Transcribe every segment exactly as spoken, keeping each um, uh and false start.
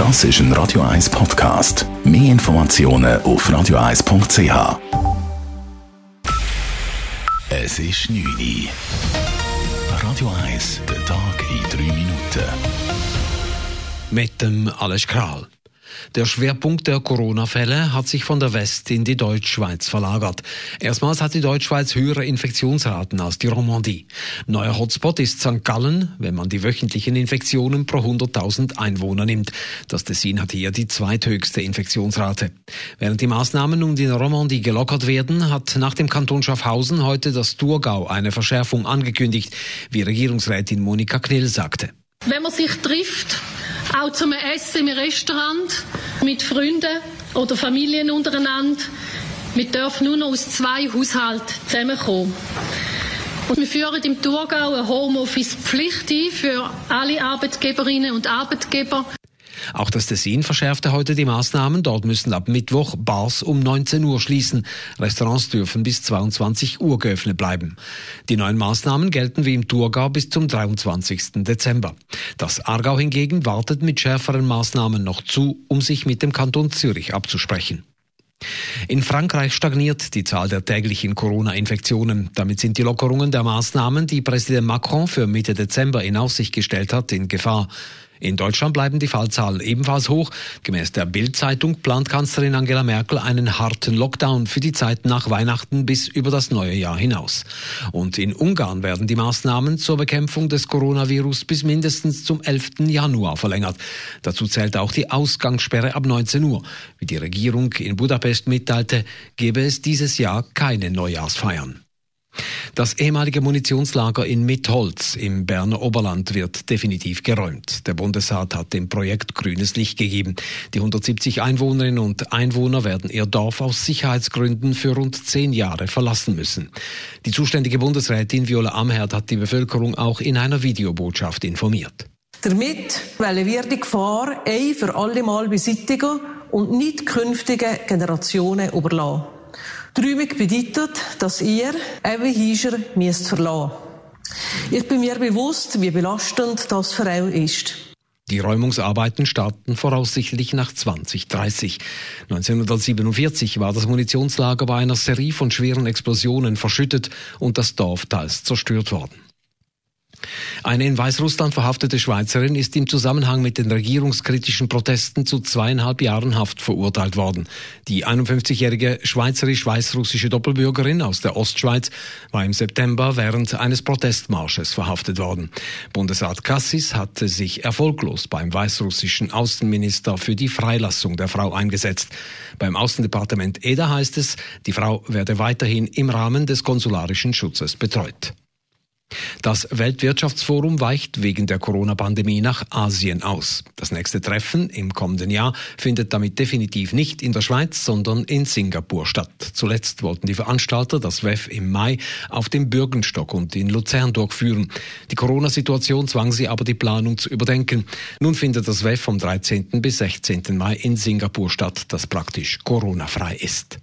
Das ist ein Radio eins Podcast. Mehr Informationen auf radio eins punkt c h. Es ist neun Uhr. Radio eins, der Tag in drei Minuten. Mit dem Alles Kral. Der Schwerpunkt der Corona-Fälle hat sich von der West- in die Deutschschweiz verlagert. Erstmals hat die Deutschschweiz höhere Infektionsraten als die Romandie. Neuer Hotspot ist Sankt Gallen, wenn man die wöchentlichen Infektionen pro hunderttausend Einwohner nimmt. Das Tessin hat hier die zweithöchste Infektionsrate. Während die Maßnahmen um die Romandie gelockert werden, hat nach dem Kanton Schaffhausen heute das Thurgau eine Verschärfung angekündigt, wie Regierungsrätin Monika Knill sagte. Wenn man sich trifft, auch zum Essen im Restaurant, mit Freunden oder Familien untereinander, wir dürfen nur noch aus zwei Haushalten zusammenkommen. Und wir führen im Thurgau eine Homeoffice-Pflicht ein für alle Arbeitgeberinnen und Arbeitgeber. Auch das Tessin verschärfte heute die Maßnahmen. Dort müssen ab Mittwoch Bars um neunzehn Uhr schließen. Restaurants dürfen bis zweiundzwanzig Uhr geöffnet bleiben. Die neuen Maßnahmen gelten wie im Thurgau bis zum dreiundzwanzigsten Dezember. Das Aargau hingegen wartet mit schärferen Maßnahmen noch zu, um sich mit dem Kanton Zürich abzusprechen. In Frankreich stagniert die Zahl der täglichen Corona-Infektionen. Damit sind die Lockerungen der Maßnahmen, die Präsident Macron für Mitte Dezember in Aussicht gestellt hat, in Gefahr. In Deutschland bleiben die Fallzahlen ebenfalls hoch. Gemäß der Bild-Zeitung plant Kanzlerin Angela Merkel einen harten Lockdown für die Zeit nach Weihnachten bis über das neue Jahr hinaus. Und in Ungarn werden die Maßnahmen zur Bekämpfung des Coronavirus bis mindestens zum elften Januar verlängert. Dazu zählt auch die Ausgangssperre ab neunzehn Uhr. Wie die Regierung in Budapest mitteilte, gebe es dieses Jahr keine Neujahrsfeiern. Das ehemalige Munitionslager in Mitholz im Berner Oberland wird definitiv geräumt. Der Bundesrat hat dem Projekt grünes Licht gegeben. Die hundertsiebzig Einwohnerinnen und Einwohner werden ihr Dorf aus Sicherheitsgründen für rund zehn Jahre verlassen müssen. Die zuständige Bundesrätin Viola Amherd hat die Bevölkerung auch in einer Videobotschaft informiert. Damit wollen wir die Gefahr ein für alle Mal beseitigen und nicht künftigen Generationen überlassen. Die Räumung bedeutet, dass ihr eure Häuser müsst verlassen müsst. Ich bin mir bewusst, wie belastend das für euch ist. Die Räumungsarbeiten starten voraussichtlich nach zwanzig dreißig. neunzehnhundertsiebenundvierzig war das Munitionslager bei einer Serie von schweren Explosionen verschüttet und das Dorf teils zerstört worden. Eine in Weißrussland verhaftete Schweizerin ist im Zusammenhang mit den regierungskritischen Protesten zu zweieinhalb Jahren Haft verurteilt worden. Die einundfünfzigjährige schweizerisch-weißrussische Doppelbürgerin aus der Ostschweiz war im September während eines Protestmarsches verhaftet worden. Bundesrat Cassis hatte sich erfolglos beim weißrussischen Außenminister für die Freilassung der Frau eingesetzt. Beim Außendepartement Eda heißt es, die Frau werde weiterhin im Rahmen des konsularischen Schutzes betreut. Das Weltwirtschaftsforum weicht wegen der Corona-Pandemie nach Asien aus. Das nächste Treffen im kommenden Jahr findet damit definitiv nicht in der Schweiz, sondern in Singapur statt. Zuletzt wollten die Veranstalter das W E F im Mai auf dem Bürgenstock und in Luzern durchführen. Die Corona-Situation zwang sie aber, die Planung zu überdenken. Nun findet das W E F vom dreizehnten bis sechzehnten Mai in Singapur statt, das praktisch Corona-frei ist.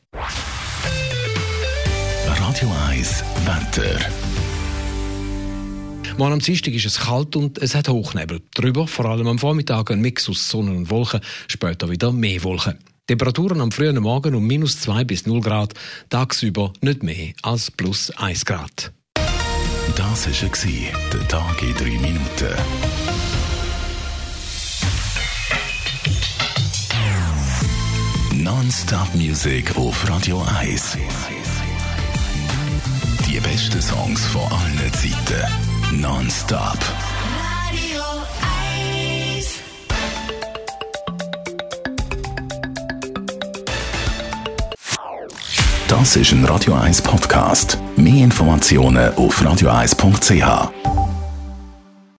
Radio eins Wetter. Morgen am Dienstag ist es kalt und es hat Hochnebel. Drüber vor allem am Vormittag ein Mix aus Sonne und Wolken, später wieder mehr Wolken. Temperaturen am frühen Morgen um minus zwei bis null Grad, tagsüber nicht mehr als plus eins Grad. Das war der Tag in drei Minuten. Non-Stop-Musik auf Radio eins. Die besten Songs von allen Zeiten. Non-Stop. Radio eins. Das ist ein Radio eins Podcast. Mehr Informationen auf radio eins punkt c h.